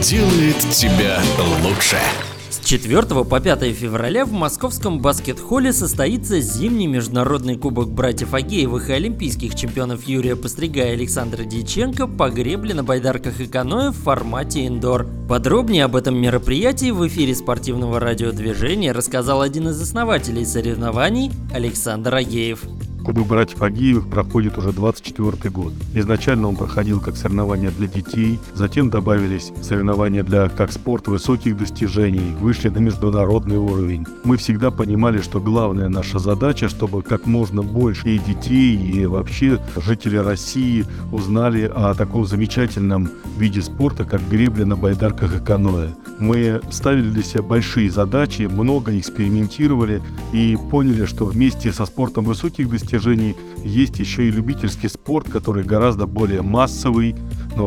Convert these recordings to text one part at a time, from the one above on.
делает тебя лучше. С 4 по 5 февраля в московском баскет-холле состоится зимний международный кубок братьев Агеевых и олимпийских чемпионов Юрия Постригая и Александра Дьяченко по гребле на байдарках и каноэ в формате индор. Подробнее об этом мероприятии в эфире спортивного радиодвижения рассказал один из основателей соревнований Александр Агеев. Кубок братьев Агеевых проходит уже 24-й год. Изначально он проходил как соревнования для детей, затем добавились соревнования для как спорт высоких достижений, вышли на международный уровень. Мы всегда понимали, что главная наша задача, чтобы как можно больше и детей, и вообще жители России узнали о таком замечательном виде спорта, как гребля на байдарках и каноэ. Мы ставили для себя большие задачи, много экспериментировали и поняли, что вместе со спортом высоких достижений есть еще и любительский спорт, который гораздо более массовый.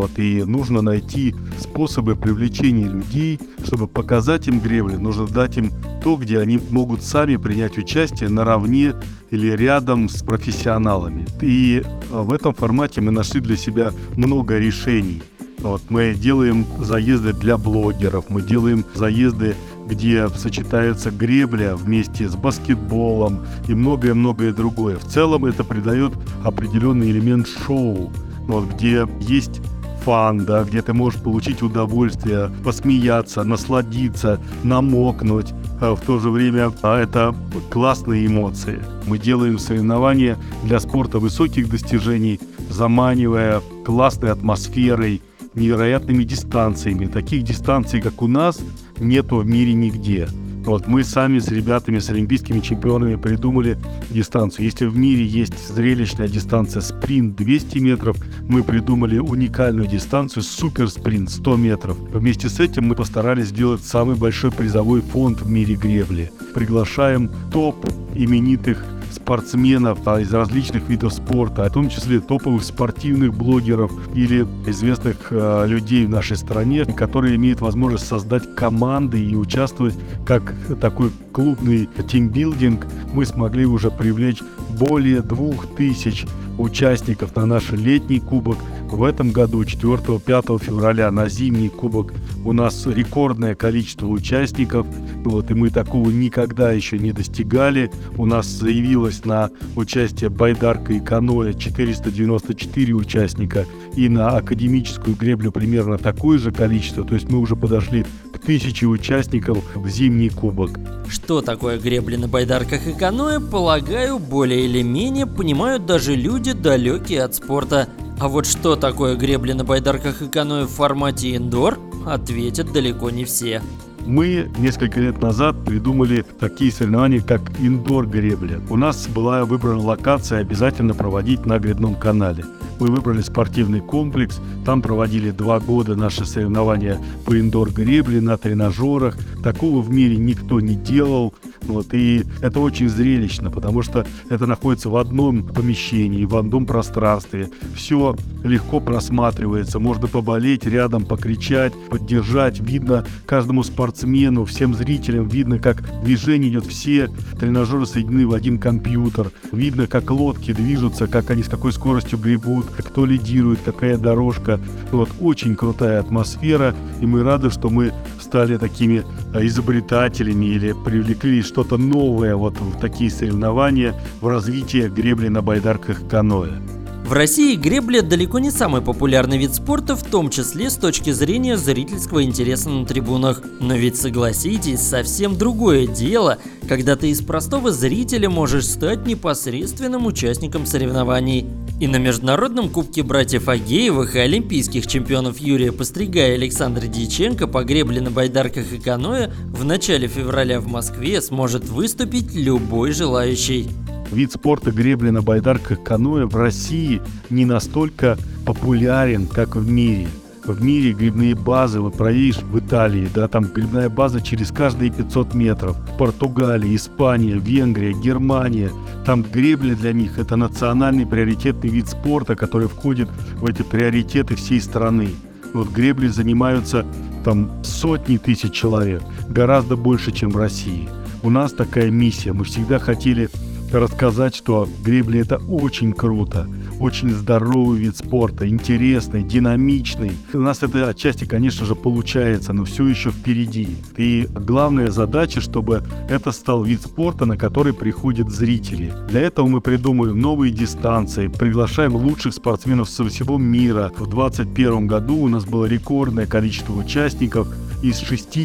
И нужно найти способы привлечения людей, чтобы показать им греблю. Нужно дать им то, где они могут сами принять участие наравне или рядом с профессионалами. И в этом формате мы нашли для себя много решений. Мы делаем заезды для блогеров, мы делаем заезды, где сочетается гребля вместе с баскетболом и многое-многое другое. В целом это придает определенный элемент шоу, где есть фан, где ты можешь получить удовольствие, посмеяться, насладиться, намокнуть. В то же время это классные эмоции. Мы делаем соревнования для спорта высоких достижений, заманивая классной атмосферой, невероятными дистанциями. Таких дистанций, как у нас, нету в мире нигде. Мы сами с ребятами, с олимпийскими чемпионами придумали дистанцию. Если в мире есть зрелищная дистанция спринт 200 метров, мы придумали уникальную дистанцию суперспринт 100 метров. Вместе с этим мы постарались сделать самый большой призовой фонд в мире гребли. Приглашаем топ именитых спортсменов из различных видов спорта, в том числе топовых спортивных блогеров или известных людей в нашей стране, которые имеют возможность создать команды и участвовать как такой клубный тимбилдинг. Мы смогли уже привлечь более 2000 участников на наш летний кубок. В этом году, 4-5 февраля, на зимний кубок у нас рекордное количество участников. И мы такого никогда еще не достигали. У нас заявилось на участие байдарка и каноэ 494 участника. И на академическую греблю примерно такое же количество. То есть мы уже подошли к 1000 участников в зимний кубок. Что такое гребля на байдарках и каноэ, полагаю, более или менее понимают даже люди, далекие от спорта. А вот что такое гребля на байдарках и каноэ в формате индор, ответят далеко не все. Мы несколько лет назад придумали такие соревнования, как индор-гребля. У нас была выбрана локация обязательно проводить на гребном канале. Мы выбрали спортивный комплекс, там проводили 2 года наши соревнования по индор-гребле на тренажерах. Такого в мире никто не делал. И это очень зрелищно, потому что это находится в одном помещении, в одном пространстве. Все легко просматривается, можно поболеть рядом, покричать, поддержать. Видно каждому спортсмену, всем зрителям, видно, как движение идет. Все тренажеры соединены в один компьютер. Видно, как лодки движутся, как они с какой скоростью гребут, кто лидирует, какая дорожка. Очень крутая атмосфера, и мы рады, что мы стали такими изобретателями или привлекли что-то новое в такие соревнования в развитии гребли на байдарках и каноэ. В России гребля далеко не самый популярный вид спорта, в том числе с точки зрения зрительского интереса на трибунах. Но ведь согласитесь, совсем другое дело, когда ты из простого зрителя можешь стать непосредственным участником соревнований. И на международном кубке братьев Агеевых и олимпийских чемпионов Юрия Постригая и Александра Дьяченко по гребле на байдарках и каноэ в начале февраля в Москве сможет выступить любой желающий. Вид спорта гребли на байдарках и каноэ в России не настолько популярен, как в мире. В мире гребные базы, проедешь в Италии, там гребная база через каждые 500 метров. Португалия, Испания, Венгрия, Германия. Там гребля для них – это национальный приоритетный вид спорта, который входит в эти приоритеты всей страны. Греблей занимаются сотни тысяч человек, гораздо больше, чем в России. У нас такая миссия. Мы всегда хотели рассказать, что гребля — это очень круто, очень здоровый вид спорта, интересный, динамичный. У нас это отчасти, конечно же, получается, но все еще впереди. И главная задача, чтобы это стал вид спорта, на который приходят зрители. Для этого мы придумываем новые дистанции, приглашаем лучших спортсменов со всего мира. В 2021 году у нас было рекордное количество участников из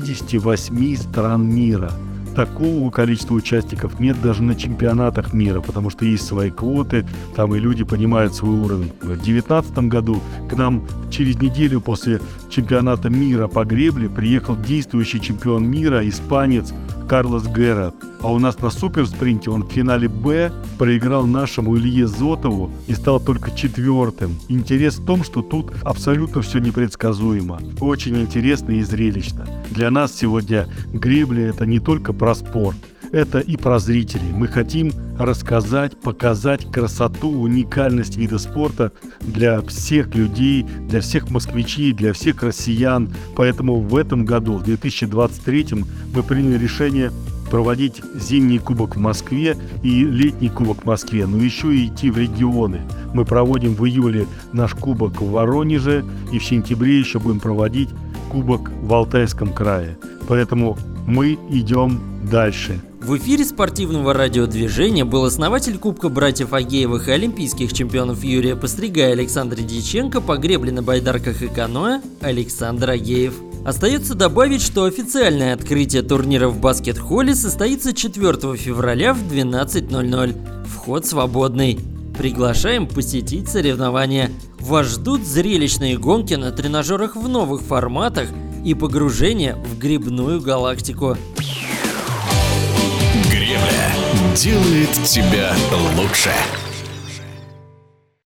68 стран мира. Такого количества участников нет даже на чемпионатах мира, потому что есть свои квоты, там и люди понимают свой уровень. В 2019 году к нам через неделю после чемпионата мира по гребле приехал действующий чемпион мира, испанец Карлос Герра. А у нас на суперспринте он в финале «Б» проиграл нашему Илье Зотову и стал только 4-м. Интерес в том, что тут абсолютно все непредсказуемо. Очень интересно и зрелищно. Для нас сегодня гребля — это не только про спорт. Это и про зрителей. Мы хотим рассказать, показать красоту, уникальность вида спорта для всех людей, для всех москвичей, для всех россиян. Поэтому в этом году, в 2023, мы приняли решение проводить зимний кубок в Москве и летний кубок в Москве, но еще и идти в регионы. Мы проводим в июле наш кубок в Воронеже и в сентябре еще будем проводить кубок в Алтайском крае. Поэтому мы идем дальше. В эфире спортивного радиодвижения был основатель Кубка братьев Агеевых и олимпийских чемпионов Юрия Постригая и Александра Дьяченко по гребле на байдарках и каноэ Александр Агеев. Остается добавить, что официальное открытие турнира в баскет-холле состоится 4 февраля в 12:00. Вход свободный. Приглашаем посетить соревнования. Вас ждут зрелищные гонки на тренажерах в новых форматах и погружение в гребную галактику. Гребля делает тебя лучше.